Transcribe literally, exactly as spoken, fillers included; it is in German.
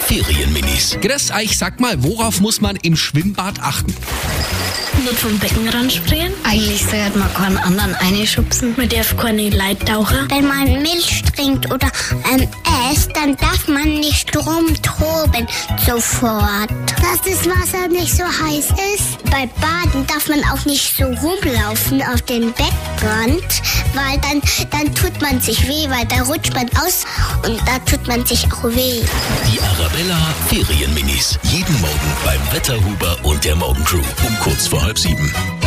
Ferienminis. Grüß euch, sag mal, worauf muss man im Schwimmbad achten? Nicht vom Beckenrand springen. Eigentlich sollte man keinen anderen einschubsen. Man darf keine Leute tauchen. Wenn man Milch trinkt oder ähm, esst, dann darf man nicht rumtoben sofort. Dass das Wasser nicht so heiß ist. Bei Baden darf man auch nicht so rumlaufen auf den Beckenrand, weil dann, dann tut man sich weh, weil da rutscht man aus und da tut man sich auch weh. Die Arabella Ferienminis. Jeden Morgen beim Wetterhuber und der Morgencrew um kurz vor halb sieben.